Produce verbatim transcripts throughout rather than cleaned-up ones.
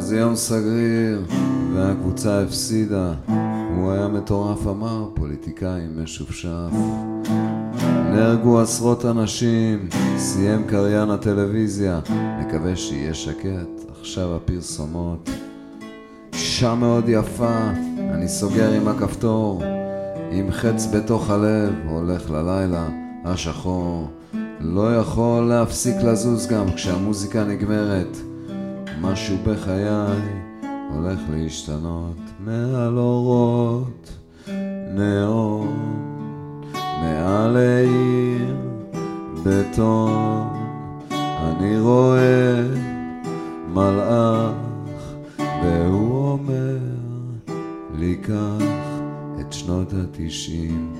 זה יום סגריר והקבוצה הפסידה. הוא היה מטורף, אמר פוליטיקאי משופשף. נהרגו עשרות אנשים, סיים קריין הטלוויזיה. מקווה שיהיה שקט, עכשיו הפרסומות. אישה מאוד יפה, אני סוגר עם הכפתור, עם חץ בתוך הלב, הולך ללילה השחור. לא יכול להפסיק לזוז גם כשהמוזיקה נגמרת. משהו בחיי הולך להשתנות. מעל אורות נאון, מעל העיר בטון, אני רואה מלאך והוא אומר לי קח את שנות התשעים.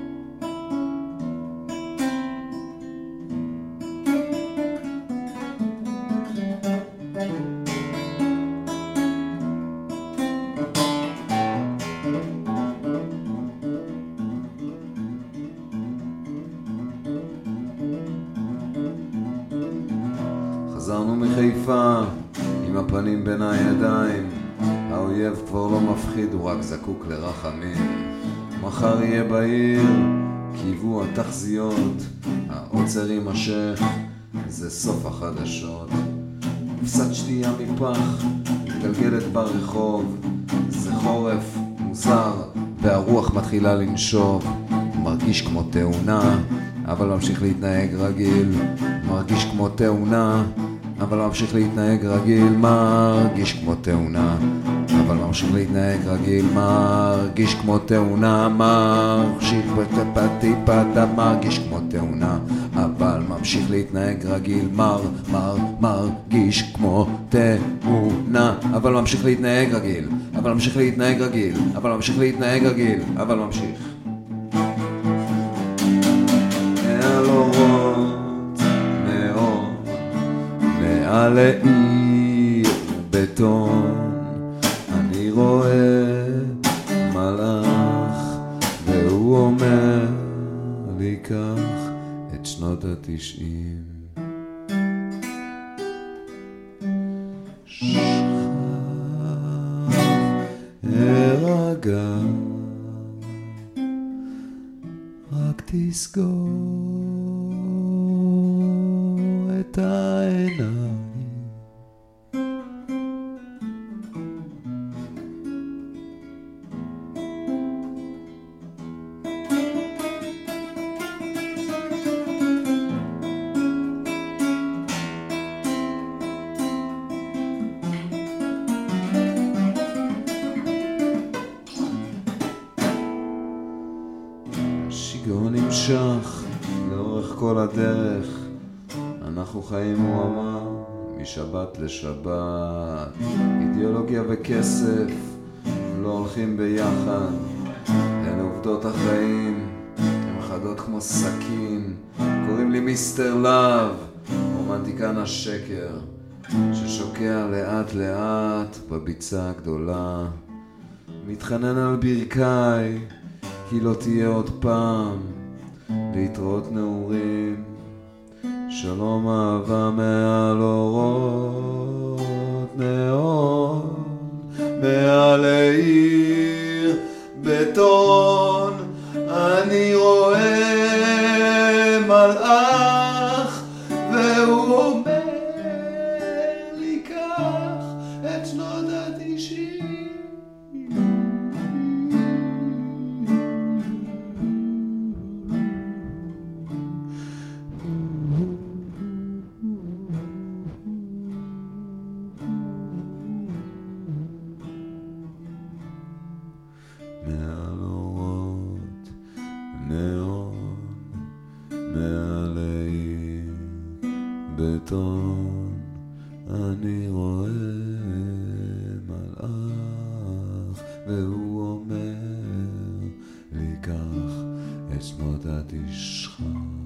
חזרנו מחיפה עם הפנים בין הידיים. האויב כבר לא מפחיד, הוא רק זקוק לרחמים. מחר יהיה בעיר קיוו התחזיות, העוצר יימשך, זה סוף החדשות. קופסת שתייה מפח מתגלגלת ברחוב, זה חורף מוזר והרוח מתחילה לנשוב. מרגיש כמו תאונה אבל ממשיך להתנהג רגיל. מרגיש כמו תאונה אבל ממשיך להתנהג רגיל. מרגיש כמו תאונה אבל ממשיך להתנהג רגיל. מרגיש כמו תאונה, מרגיש פטה מרגיש כמו תאונה אבל ממשיך להתנהג רגיל. מר, מר, מרגיש כמו תאונה אבל ממשיך להתנהג רגיל. אבל ממשיך להתנהג רגיל. אבל ממשיך להתנהג רגיל. אבל ממשיך. מעל אורות נאון, מעל העיר בטון, אני רואה מלאך והוא אומר לי קח את שנות התשעים. שכב הרגע, רק תסגור את העיניים. השיגעון נמשך לאורך כל הדרך. אנחנו חיים, הוא אמר, משבת לשבת. אידיאולוגיה וכסף לא הולכים ביחד. הן עובדות החיים, הן חדות כמו סכין. קוראים לי מיסטר לאב, רומנטיקן השקר ששוקע לאט לאט בביצה הגדולה. מתחנן על ברכיי כי לא תהיה עוד פעם. להתראות נעורים, שלום אהבה. מעל אורות נאון, מעל העיר בטון, אני רואה מלאך והוא אומר לי קח את שנות התשעים. מעל אורות נאון, מעל העיר בטון, אני רואה מלאך והוא אומר לי קח את שנות התשעים.